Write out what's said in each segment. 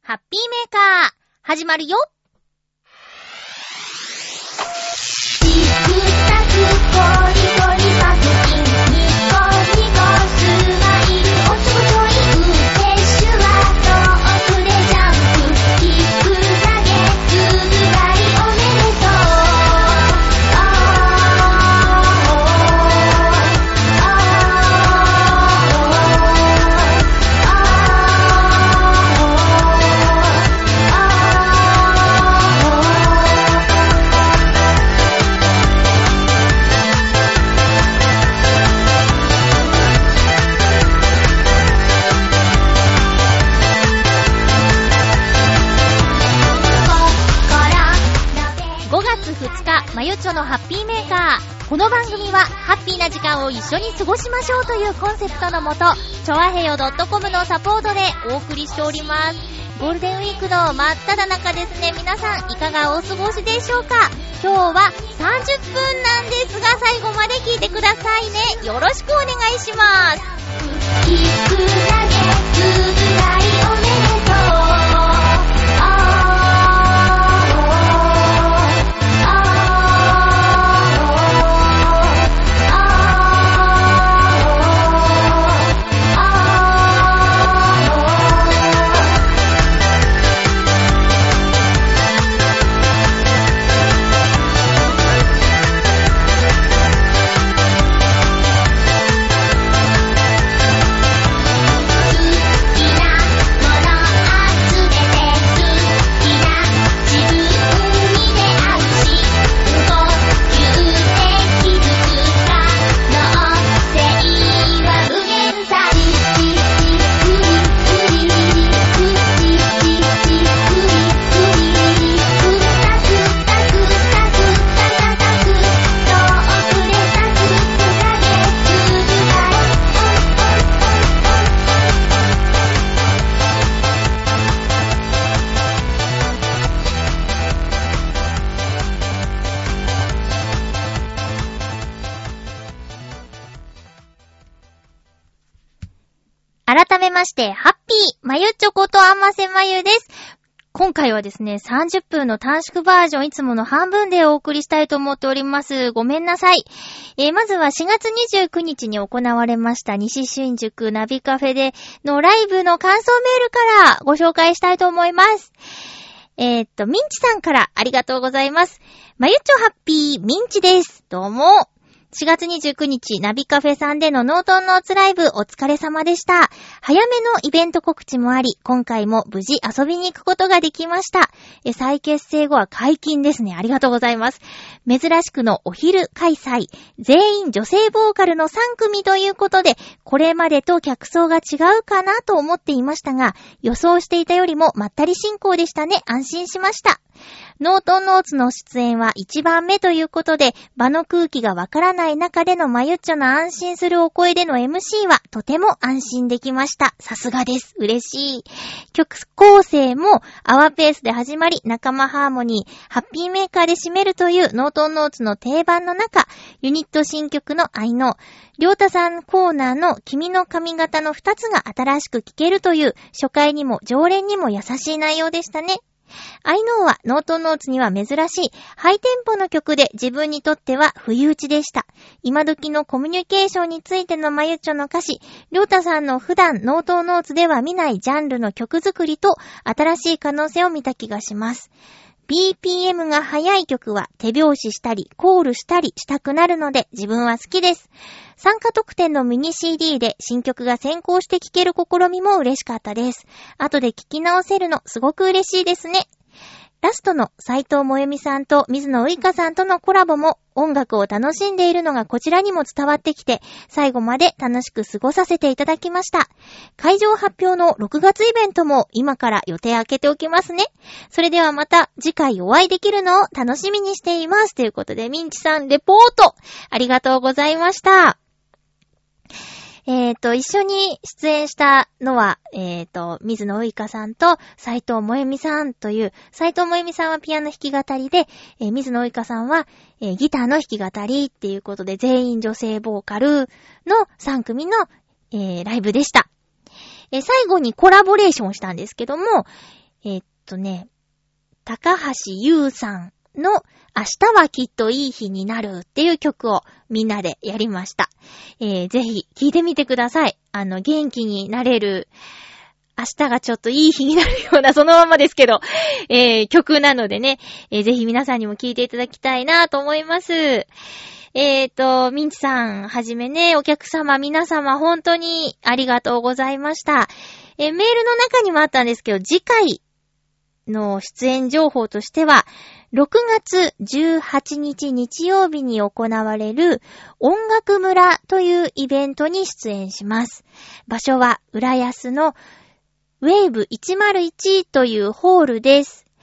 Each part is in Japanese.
ハッピーメーカー始まるよ。まゆっちょのハッピーメーカー。この番組はハッピーな時間を一緒に過ごしましょうというコンセプトのもと、ちょあへよ .com のサポートでお送りしております。ゴールデンウィークの真っ只中ですね。皆さんいかがお過ごしでしょうか。今日は30分なんですが、最後まで聞いてくださいね。よろしくお願いします。聞くだけつぶらいおめでとう。改めまして、ハッピーまゆっちょことあませまゆです。今回はですね、30分の短縮バージョン、いつもの半分でお送りしたいと思っております。ごめんなさい。まずは4月29日に行われました西新宿ナビカフェでのライブの感想メールからご紹介したいと思います。ミンチさんからありがとうございます。まゆっちょハッピーミンチです。どうも。4月29日、ナビカフェさんでのノートンノーツライブお疲れ様でした。早めのイベント告知もあり、今回も無事遊びに行くことができました。再結成後は解禁ですね。ありがとうございます。珍しくのお昼開催。全員女性ボーカルの3組ということで、これまでと客層が違うかなと思っていましたが、予想していたよりもまったり進行でしたね。安心しました。ノートンノーツの出演は1番目ということで、場の空気がわからない中でのまゆっちょの安心するお声での MC はとても安心できました。さすがです。嬉しい。曲構成もアワーペースで始まり、仲間ハーモニー、ハッピーメーカーで締めるというノートンノーツの定番の中、ユニット新曲の愛の、りょうたさんコーナーの君の髪型の2つが新しく聴けるという、初回にも常連にも優しい内容でしたね。I know はノートンノーツには珍しいハイテンポの曲で自分にとっては不意打ちでした。今時のコミュニケーションについてのまゆっちょの歌詞、りょうたさんの普段ノートンノーツでは見ないジャンルの曲作りと新しい可能性を見た気がします。BPM が速い曲は手拍子したりコールしたりしたくなるので自分は好きです。参加特典のミニ CD で新曲が先行して聴ける試みも嬉しかったです。後で聴き直せるのすごく嬉しいですね。ラストの斉藤もえみさんと水野ういかさんとのコラボも音楽を楽しんでいるのがこちらにも伝わってきて、最後まで楽しく過ごさせていただきました。会場発表の6月イベントも今から予定開けておきますね。それではまた次回お会いできるのを楽しみにしています。ということで、ミンチさんレポートありがとうございました。一緒に出演したのは、水野ういかさんと斉藤もえみさんという、斉藤もえみさんはピアノ弾き語りで、水野ういかさんは、ギターの弾き語りっていうことで、全員女性ボーカルの3組の、ライブでした。最後にコラボレーションしたんですけども、 高橋優さんの明日はきっといい日になるっていう曲をみんなでやりました。ぜひ聴いてみてください。元気になれる、明日がちょっといい日になるような、そのままですけど、曲なのでね、ぜひ皆さんにも聴いていただきたいなと思います。ミンチさんはじめね、お客様皆様本当にありがとうございました。メールの中にもあったんですけど、次回の出演情報としては、6月18日日曜日に行われる音楽村というイベントに出演します。場所は浦安のウェーブ101というホールです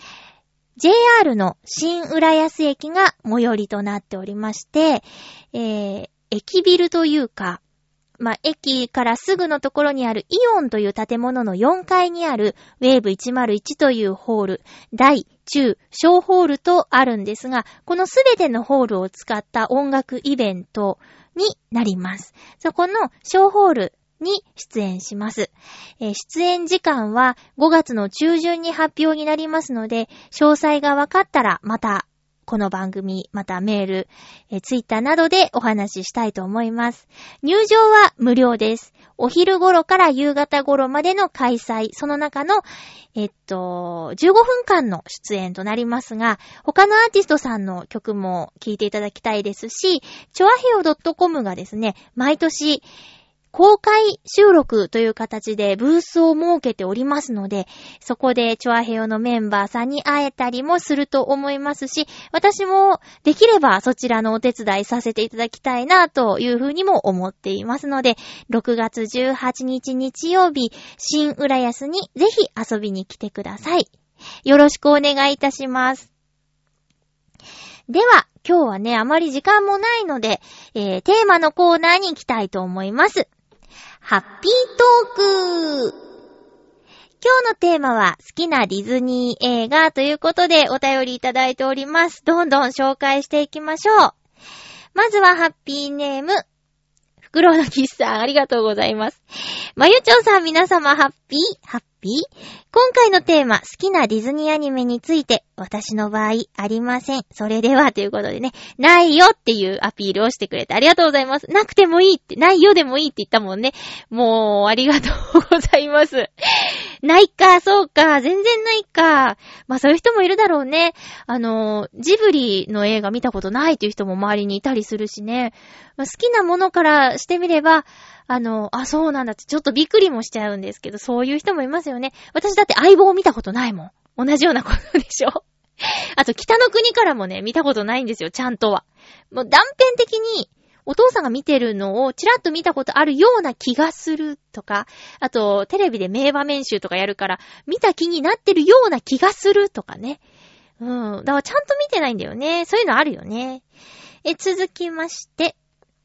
。JR の新浦安駅が最寄りとなっておりまして、駅ビルというか、駅からすぐのところにあるイオンという建物の4階にあるウェーブ101というホール、大、中、小ホールとあるんですが、このすべてのホールを使った音楽イベントになります。そこの小ホールに出演します。出演時間は5月の中旬に発表になりますので、詳細が分かったらまたこの番組、またメール、ツイッターなどでお話ししたいと思います。入場は無料です。お昼頃から夕方頃までの開催、その中の、15分間の出演となりますが、他のアーティストさんの曲も聴いていただきたいですし、チョアヘオ .com がですね、毎年、公開収録という形でブースを設けておりますので、そこでチョアヘヨのメンバーさんに会えたりもすると思いますし、私もできればそちらのお手伝いさせていただきたいなというふうにも思っていますので、6月18日日曜日、新浦安にぜひ遊びに来てください。よろしくお願いいたします。では、今日はね、あまり時間もないので、テーマのコーナーに行きたいと思います。ハッピートーク。今日のテーマは好きなディズニー映画ということでお便りいただいております。どんどん紹介していきましょう。まずはハッピーネーム、フクロウのキスさん、ありがとうございます。まゆちょうさん、皆様ハッピー今回のテーマ、好きなディズニーアニメについて、私の場合、ありません。それでは、ということでね、ないよっていうアピールをしてくれてありがとうございます。なくてもいいって、ないよでもいいって言ったもんね。もう、ありがとうございます。ないか、そうか、全然ないか。そういう人もいるだろうね。ジブリの映画見たことないっていう人も周りにいたりするしね。好きなものからしてみれば、そうなんだってちょっとびっくりもしちゃうんですけど、そういう人もいますよね。私だって相棒を見たことないもん。同じようなことでしょ。あと、北の国からもね、見たことないんですよ、ちゃんとは。もう断片的に、お父さんが見てるのをちらっと見たことあるような気がするとか、あと、テレビで名場面集とかやるから、見た気になってるような気がするとかね。だからちゃんと見てないんだよね。そういうのあるよね。続きまして、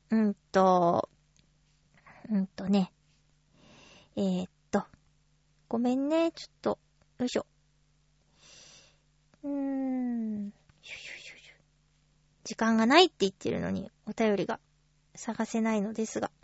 ごめんね、ちょっと、よいしょ。時間がないって言ってるのに、お便りが探せないのですが。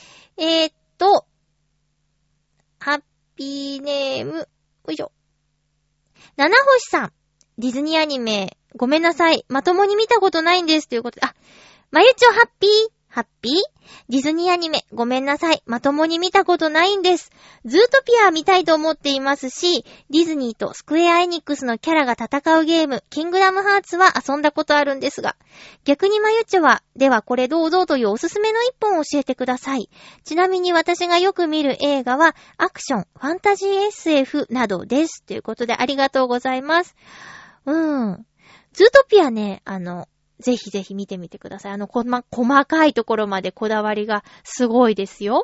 ハッピーネーム、よいしょ。七星さん、ディズニーアニメ、ごめんなさい、まともに見たことないんです、ということで、まゆちょハッピーディズニーアニメ、ごめんなさい。まともに見たことないんです。ズートピア見たいと思っていますし、ディズニーとスクエアエニックスのキャラが戦うゲーム、キングダムハーツは遊んだことあるんですが、逆にまゆちょは、ではこれどうぞというおすすめの一本を教えてください。ちなみに私がよく見る映画は、アクション、ファンタジー SF などです。ということでありがとうございます。ズートピアね、ぜひぜひ見てみてください。細かいところまでこだわりがすごいですよ。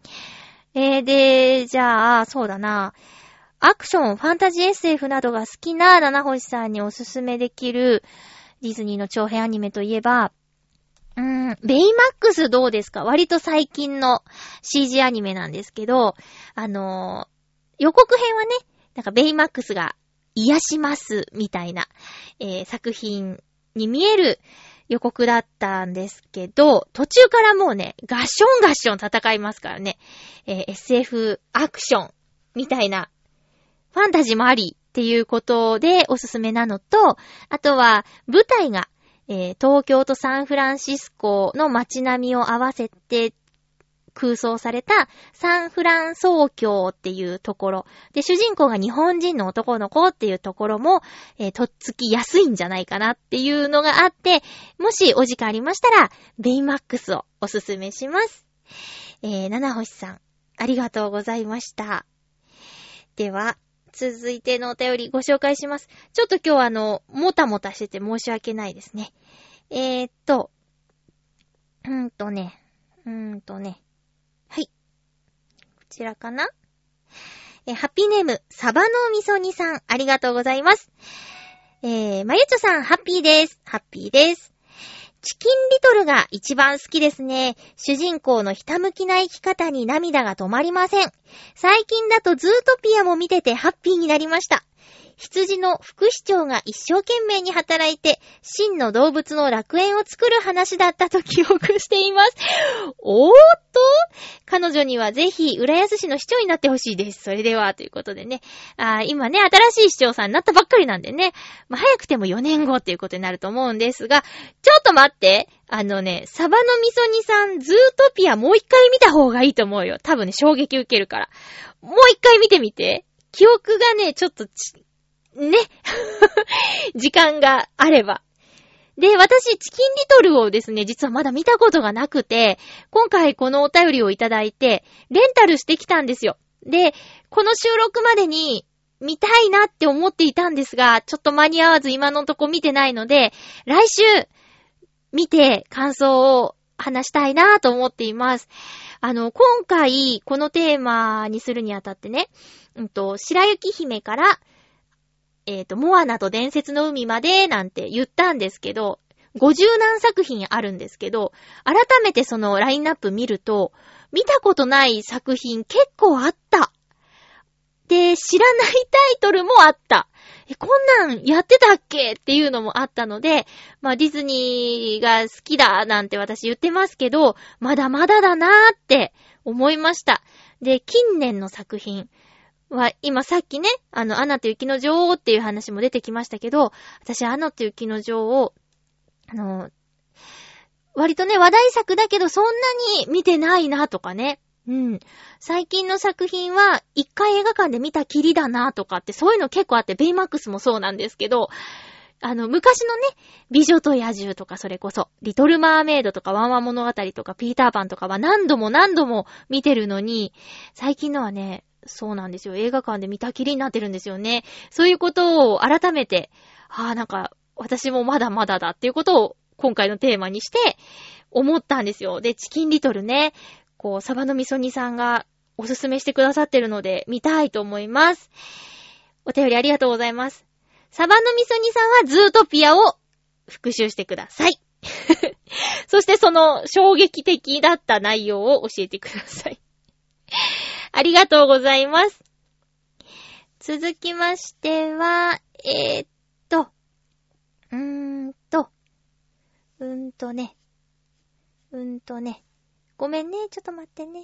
じゃあ、そうだな。アクション、ファンタジー SF などが好きな七星さんにおすすめできるディズニーの長編アニメといえば、ベイマックスどうですか？割と最近の CG アニメなんですけど、予告編はね、なんかベイマックスが癒しますみたいな、作品に見える予告だったんですけど、途中からもうね、ガッション戦いますからね、SF アクションみたいな、ファンタジーもあり、 っていうことでおすすめなのと、あとは舞台が、東京とサンフランシスコの街並みを合わせて空想されたサンフランソウ教っていうところで、主人公が日本人の男の子っていうところも、とっつきやすいんじゃないかなっていうのがあって、もしお時間ありましたらベイマックスをおすすめします。七星さんありがとうございました。では続いてのお便りご紹介します。ちょっと今日もたもたしてて申し訳ないですね。はい。こちらかな？ハッピーネーム、サバのみそ煮さん、ありがとうございます。まゆちょさん、ハッピーです。ハッピーです。チキンリトルが一番好きですね。主人公のひたむきな生き方に涙が止まりません。最近だとズートピアも見ててハッピーになりました。羊の副市長が一生懸命に働いて真の動物の楽園を作る話だったと記憶しています。おーっと、彼女にはぜひ浦安市の市長になってほしいです。それではということでね、今ね新しい市長さんになったばっかりなんでね、早くても4年後っていうことになると思うんですが、ちょっと待って、サバのみそ煮さんズートピアもう一回見た方がいいと思うよ。多分ね衝撃受けるから。もう一回見てみて。記憶がねちょっとね時間があれば。で、私チキンリトルをですね実はまだ見たことがなくて、今回このお便りをいただいてレンタルしてきたんですよ。で、この収録までに見たいなって思っていたんですが、ちょっと間に合わず今のとこ見てないので、来週見て感想を話したいなと思っています。今回このテーマにするにあたってね、白雪姫からモアナと伝説の海までなんて言ったんですけど、50何作品あるんですけど、改めてそのラインナップ見ると、見たことない作品結構あった。で、知らないタイトルもあった。こんなんやってたっけっていうのもあったので、ディズニーが好きだなんて私言ってますけど、まだまだだなーって思いました。で、近年の作品は、今さっきね、アナと雪の女王っていう話も出てきましたけど、私アナと雪の女王、割とね、話題作だけどそんなに見てないなとかね。最近の作品は一回映画館で見たきりだなとかって、そういうの結構あって、ベイマックスもそうなんですけど、昔のね、美女と野獣とかそれこそ、リトルマーメイドとかワンワン物語とかピーターパンとかは何度も見てるのに、最近のはね、そうなんですよ。映画館で見たきりになってるんですよね。そういうことを改めて、なんか私もまだまだだっていうことを今回のテーマにして思ったんですよ。で、チキンリトルね、サバのみそ煮さんがおすすめしてくださってるので見たいと思います。お便りありがとうございます。サバのみそ煮さんはズートピアを復習してください。そしてその衝撃的だった内容を教えてください。ありがとうございます。続きましては、ごめんね、ちょっと待ってね。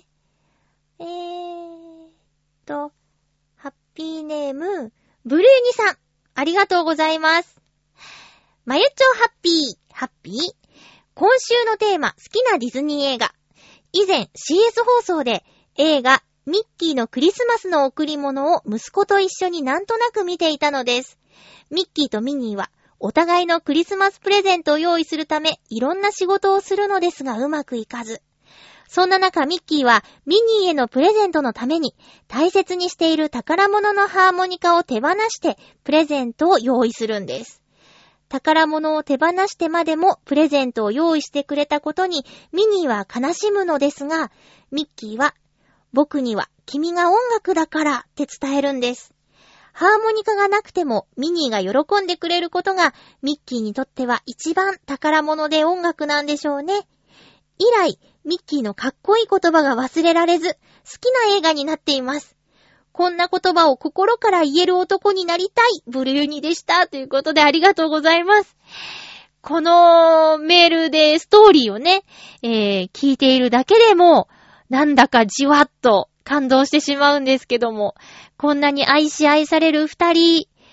ハッピーネーム、ブルーニさん、ありがとうございます。まゆちょハッピー。今週のテーマ、好きなディズニー映画。以前 CS 放送で映画、ミッキーのクリスマスの贈り物を息子と一緒になんとなく見ていたのです。ミッキーとミニーはお互いのクリスマスプレゼントを用意するためいろんな仕事をするのですがうまくいかず。そんな中ミッキーはミニーへのプレゼントのために大切にしている宝物のハーモニカを手放してプレゼントを用意するんです。宝物を手放してまでもプレゼントを用意してくれたことにミニーは悲しむのですが、ミッキーは僕には君が音楽だからって伝えるんです。ハーモニカがなくてもミニーが喜んでくれることがミッキーにとっては一番宝物で音楽なんでしょうね。以来、ミッキーのかっこいい言葉が忘れられず、好きな映画になっています。こんな言葉を心から言える男になりたいブルーニでしたということでありがとうございます。このメールでストーリーをね、聞いているだけでもなんだかじわっと感動してしまうんですけども、こんなに愛し愛される二人、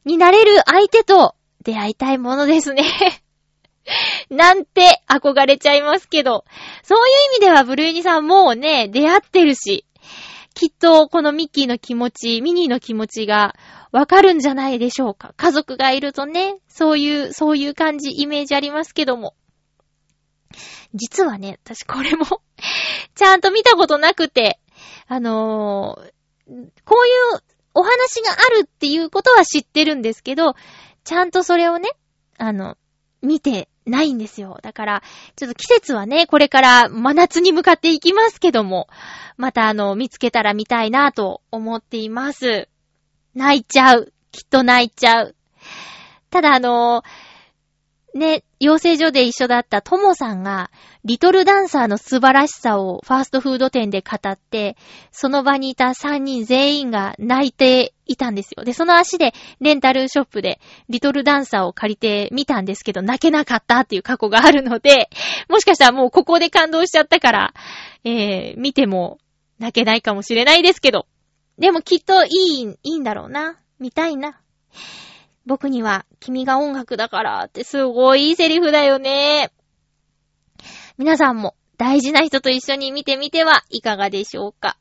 になれる相手と出会いたいものですね。なんて憧れちゃいますけど。そういう意味ではブルーニさんもうね、出会ってるし、きっとこのミッキーの気持ち、ミニーの気持ちがわかるんじゃないでしょうか。家族がいるとね、そういう感じ、イメージありますけども。実はね、私これも、ちゃんと見たことなくて、こういうお話があるっていうことは知ってるんですけど、ちゃんとそれをね、見てないんですよ。だから、ちょっと季節はね、これから真夏に向かっていきますけども、また見つけたら見たいなと思っています。泣いちゃう。きっと泣いちゃう。ただね、養成所で一緒だったトモさんが、リトルダンサーの素晴らしさをファーストフード店で語って、その場にいた3人全員が泣いていたんですよ。で、その足でレンタルショップでリトルダンサーを借りてみたんですけど、泣けなかったっていう過去があるので、もしかしたらもうここで感動しちゃったから、見ても泣けないかもしれないですけど、でもきっといいんだろうな。見たいな。僕には君が音楽だからってすごいいいセリフだよね。皆さんも大事な人と一緒に見てみてはいかがでしょうか。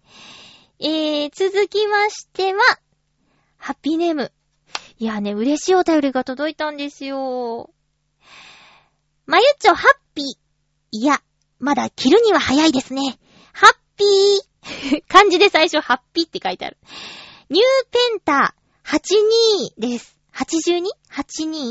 続きましては、ハッピーネーム。いやね、嬉しいお便りが届いたんですよ。まゆっちょハッピー。いや、まだ着るには早いですね。ハッピー。漢字で最初ハッピーって書いてある。ニューペンター。82です。82?82?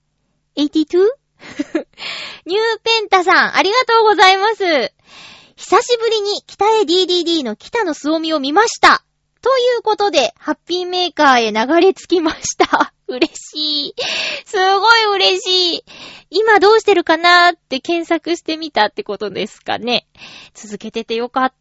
82? ニューペンタさん、ありがとうございます。久しぶりに北へ DDD の北のすおみを見ました。ということで、ハッピーメーカーへ流れ着きました。嬉しい。すごい嬉しい。今どうしてるかなーって検索してみたってことですかね。続けててよかった。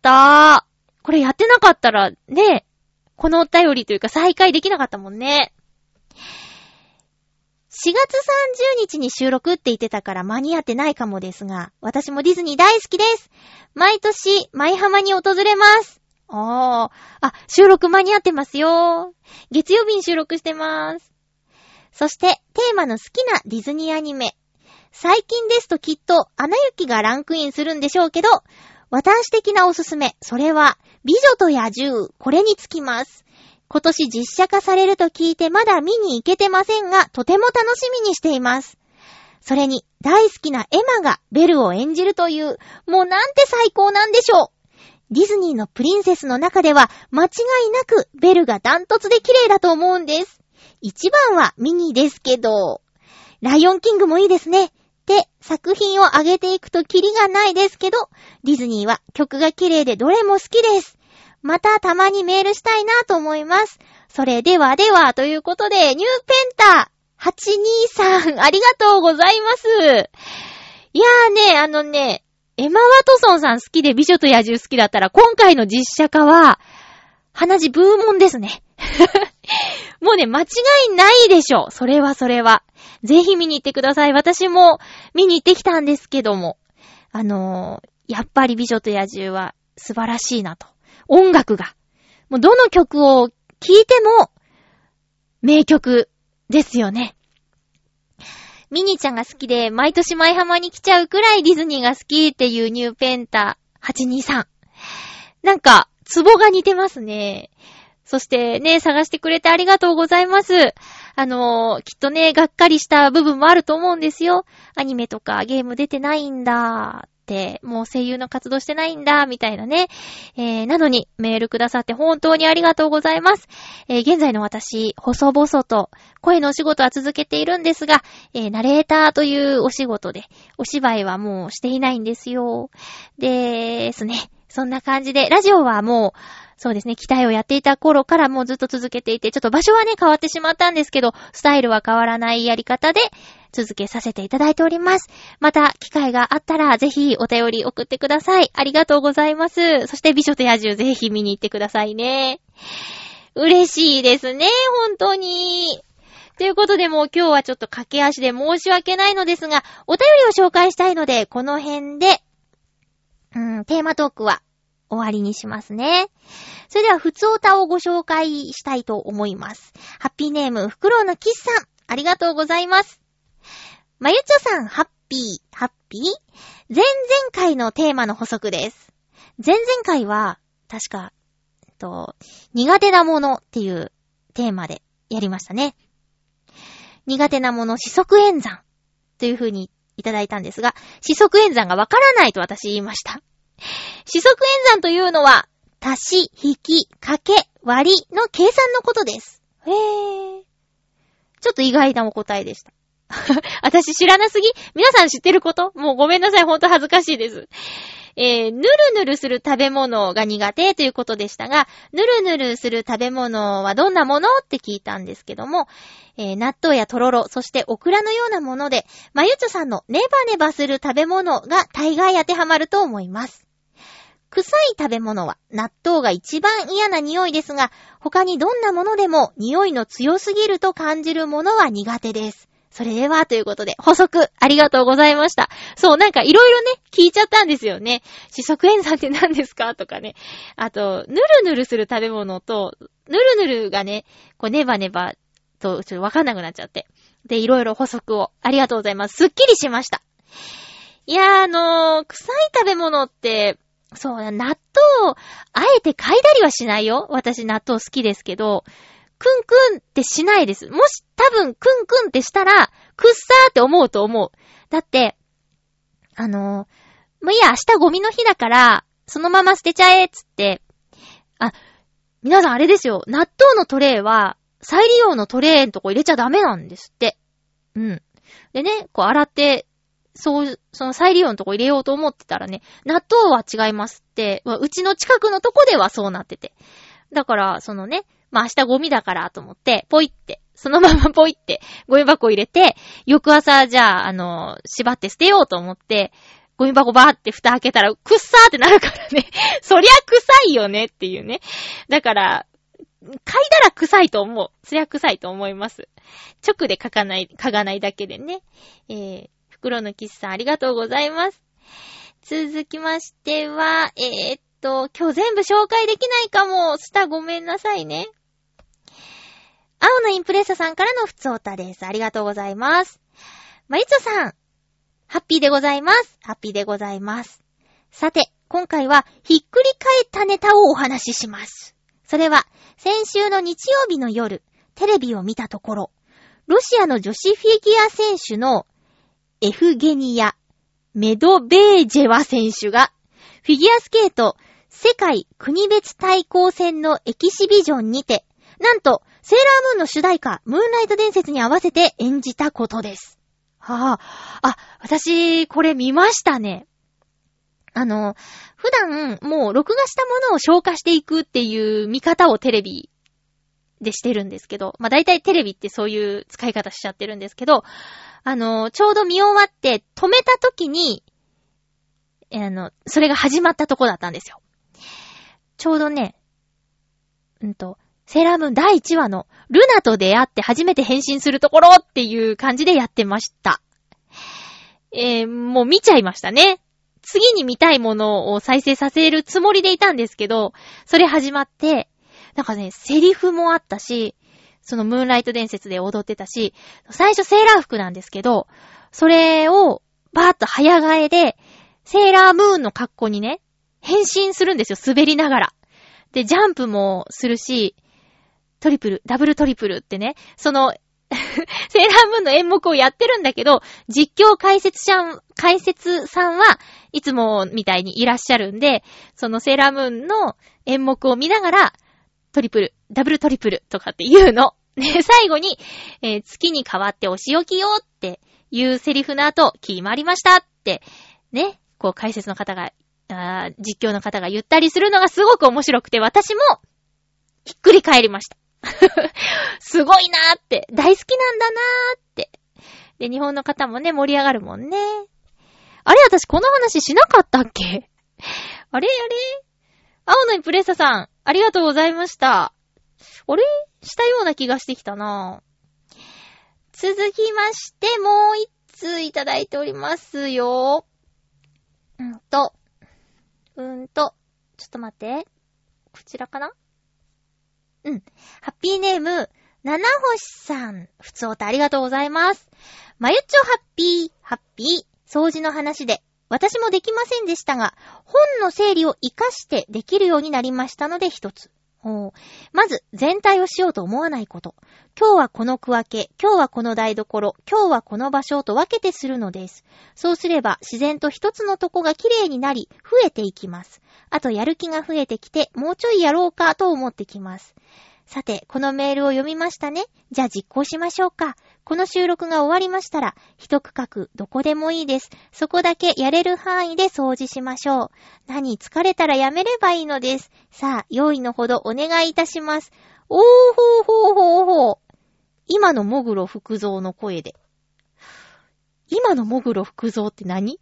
これやってなかったらね、このお便りというか再開できなかったもんね。4月30日に収録って言ってたから間に合ってないかもですが、私もディズニー大好きです。毎年、舞浜に訪れます。収録間に合ってますよ。月曜日に収録してます。そして、テーマの好きなディズニーアニメ。最近ですときっと、アナ雪がランクインするんでしょうけど、私的なおすすめ、それは、美女と野獣、これにつきます。今年実写化されると聞いてまだ見に行けてませんが、とても楽しみにしています。それに、大好きなエマがベルを演じるという、もうなんて最高なんでしょう。ディズニーのプリンセスの中では、間違いなくベルがダントツで綺麗だと思うんです。一番はミニーですけど、ライオンキングもいいですね。で、作品を上げていくとキリがないですけど、ディズニーは曲が綺麗でどれも好きです。またたまにメールしたいなと思います。それではということで、ニューペンタ823ありがとうございます。いやーね、エマ・ワトソンさん好きで美女と野獣好きだったら、今回の実写化は、鼻血ブーモンですね。もうね、間違いないでしょ。それは。ぜひ見に行ってください。私も見に行ってきたんですけども。やっぱり美女と野獣は素晴らしいなと。音楽が。もうどの曲を聴いても名曲ですよね。ミニーちゃんが好きで毎年舞浜に来ちゃうくらいディズニーが好きっていうニューペンタ823。なんか、ツボが似てますね。そしてね、探してくれてありがとうございます。きっとね、がっかりした部分もあると思うんですよ。アニメとかゲーム出てないんだって、もう声優の活動してないんだ、みたいなね。なのにメールくださって本当にありがとうございます。現在の私、細々と声のお仕事は続けているんですが、ナレーターというお仕事で、お芝居はもうしていないんですよ。ですね。そんな感じで、ラジオはもう、そうですね、期待をやっていた頃からもうずっと続けていて、ちょっと場所はね、変わってしまったんですけど、スタイルは変わらないやり方で続けさせていただいております。また、機会があったら、ぜひお便り送ってください。ありがとうございます。そして、美女と野獣ぜひ見に行ってくださいね。嬉しいですね、本当に。ということで、もう今日はちょっと駆け足で申し訳ないのですが、お便りを紹介したいので、この辺で、テーマトークは終わりにしますね。それでは、ふつおたをご紹介したいと思います。ハッピーネーム、フクロウのキスさん、ありがとうございます。まゆちょさん、ハッピー。前々回のテーマの補足です。前々回は、確か、苦手なものっていうテーマでやりましたね。苦手なもの、四則演算という風にいただいたんですが、四則演算がわからないと私言いました。四則演算というのは、足し、引き、掛け、割りの計算のことです。ちょっと意外なお答えでした。私知らなすぎ？皆さん知ってること？もうごめんなさい、ほんと恥ずかしいです。ぬるぬるする食べ物が苦手ということでしたが、ぬるぬるする食べ物はどんなものって聞いたんですけども、納豆やとろろ、そしてオクラのようなもので、まゆちょさんのネバネバする食べ物が大概当てはまると思います。臭い食べ物は納豆が一番嫌な匂いですが、他にどんなものでも匂いの強すぎると感じるものは苦手です。それではということで、補足ありがとうございました。そう、なんかいろいろね、聞いちゃったんですよね。四則演算って何ですかとかね。あと、ぬるぬるする食べ物と、ぬるぬるがね、こうネバネバとちょっとわかんなくなっちゃって。で、いろいろ補足をありがとうございます。すっきりしました。いや臭い食べ物って、そう、納豆、あえて嗅いだりはしないよ。私納豆好きですけど、クンクンってしないです。もし多分クンクンってしたら、くっさーって思うと思う。だって、もういいや、明日ゴミの日だから、そのまま捨てちゃえっつって、皆さんあれですよ、納豆のトレイは、再利用のトレイのとこ入れちゃダメなんですって。うん。でね、こう洗って、その再利用のとこ入れようと思ってたらね、納豆は違いますって、うちの近くのとこではそうなってて。だから、そのね、明日ゴミだからと思って、ポイって、そのままポイって、ゴミ箱入れて、翌朝、じゃあ、縛って捨てようと思って、ゴミ箱バーって蓋開けたら、くっさーってなるからね。そりゃ臭いよねっていうね。だから、嗅いだら臭いと思う。そりゃ臭いと思います。直で嗅がないだけでね。袋のキスさんありがとうございます。続きましては、今日全部紹介できないかも。ごめんなさいね。青のインプレッサさんからのふつおたです。ありがとうございます。まゆちょさん、ハッピーでございます。ハッピーでございます。さて、今回はひっくり返ったネタをお話しします。それは、先週の日曜日の夜、テレビを見たところ、ロシアの女子フィギュア選手のエフゲニア・メドベージェワ選手が、フィギュアスケート世界国別対抗戦のエキシビジョンにて、なんと、セーラームーンの主題歌、ムーンライト伝説に合わせて演じたことです。私、これ見ましたね。普段、もう、録画したものを消化していくっていう見方をテレビでしてるんですけど、大体テレビってそういう使い方しちゃってるんですけど、ちょうど見終わって止めた時に、それが始まったとこだったんですよ。ちょうどね、セーラームーン第1話のルナと出会って初めて変身するところっていう感じでやってました。もう見ちゃいましたね。次に見たいものを再生させるつもりでいたんですけど、それ始まって、なんかね、セリフもあったし、そのムーンライト伝説で踊ってたし、最初セーラー服なんですけど、それをバーッと早替えで、セーラームーンの格好にね、変身するんですよ、滑りながら。で、ジャンプもするし、トリプル、ダブルトリプルってね、セーラームーンの演目をやってるんだけど、実況解説さんはいつもみたいにいらっしゃるんで、そのセーラームーンの演目を見ながら、トリプル、ダブルトリプルとかって言うの。で、最後に、月に変わってお仕置きよっていうセリフの後、決まりましたって、ね、こう解説の方が、実況の方が言ったりするのがすごく面白くて、私も、ひっくり返りました。すごいなーって、大好きなんだなーって。で、日本の方もね、盛り上がるもんね。あれ、私この話しなかったっけ？あれ青のインプレッサさん、ありがとうございました。あれしたような気がしてきたな。続きまして、もう一通いただいておりますよ。 ちょっと待って。こちらかな？ハッピーネーム、七星さん。ふつおたありがとうございます。まゆっちょハッピー。掃除の話で。私もできませんでしたが、本の整理を活かしてできるようになりましたので一つ。まず、全体をしようと思わないこと。今日はこの区分け、今日はこの台所、今日はこの場所と分けてするのです。そうすれば自然と一つのとこがきれいになり、増えていきます。あとやる気が増えてきて、もうちょいやろうかと思ってきます。さて、このメールを読みましたね。じゃあ実行しましょうか。この収録が終わりましたら、一区画どこでもいいです。そこだけやれる範囲で掃除しましょう。何、疲れたらやめればいいのです。さあ、用意のほどお願いいたします。ほう。今のもぐろ福蔵の声で。今のもぐろ福蔵って何？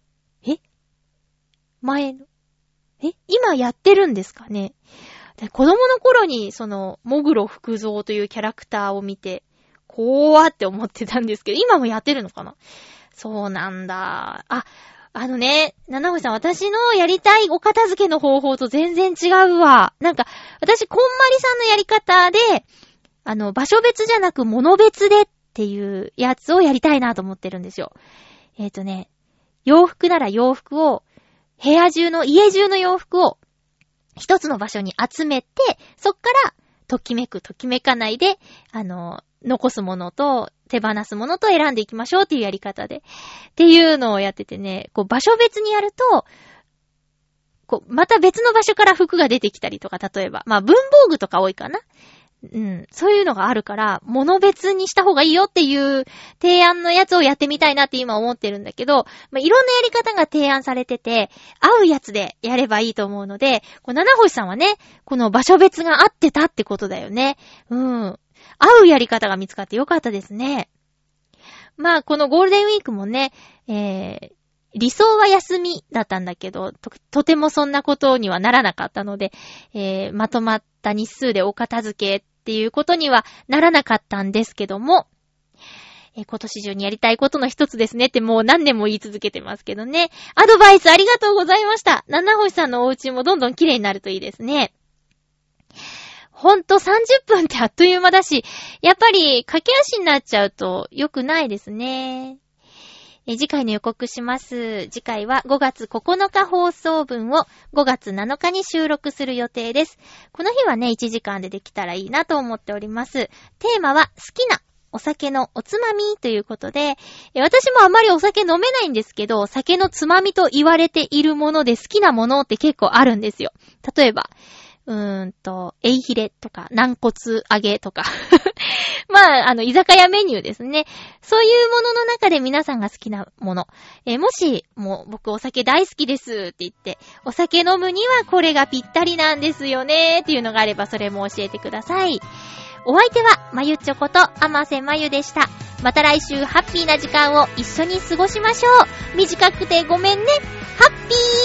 前の。今やってるんですかね？で、子供の頃にもぐろ福蔵というキャラクターを見て、怖って思ってたんですけど、今もやってるのかな？そうなんだ。七星さん、私のやりたいお片付けの方法と全然違うわ。なんか、私、こんまりさんのやり方で、場所別じゃなく物別でっていうやつをやりたいなと思ってるんですよ。洋服なら洋服を、家中の洋服を一つの場所に集めて、そっからときめかないで、残すものと手放すものと選んでいきましょうっていうやり方で。っていうのをやっててね、場所別にやると、また別の場所から服が出てきたりとか、例えば。まあ、文房具とか多いかな。そういうのがあるから、物別にした方がいいよっていう提案のやつをやってみたいなって今思ってるんだけど、いろんなやり方が提案されてて、合うやつでやればいいと思うので、七星さんはね、この場所別が合ってたってことだよね。合うやり方が見つかってよかったですね。まあ、このゴールデンウィークもね、理想は休みだったんだけど、とてもそんなことにはならなかったので、まとまった日数でお片付けっていうことにはならなかったんですけども、今年中にやりたいことの一つですねってもう何年も言い続けてますけどね。アドバイスありがとうございました。七星さんのお家もどんどん綺麗になるといいですね。ほんと30分ってあっという間だし、やっぱり駆け足になっちゃうと良くないですね。次回の予告します。次回は5月9日放送分を5月7日に収録する予定です。この日はね、1時間でできたらいいなと思っております。テーマは好きなお酒のおつまみということで、私もあまりお酒飲めないんですけど、酒のつまみと言われているもので好きなものって結構あるんですよ。例えば、エイヒレとか、軟骨揚げとか。まあ、居酒屋メニューですね。そういうものの中で皆さんが好きなもの。もし、もう僕お酒大好きですって言って、お酒飲むにはこれがぴったりなんですよねっていうのがあればそれも教えてください。お相手は、まゆっちょこと甘瀬まゆでした。また来週ハッピーな時間を一緒に過ごしましょう。短くてごめんね。ハッピー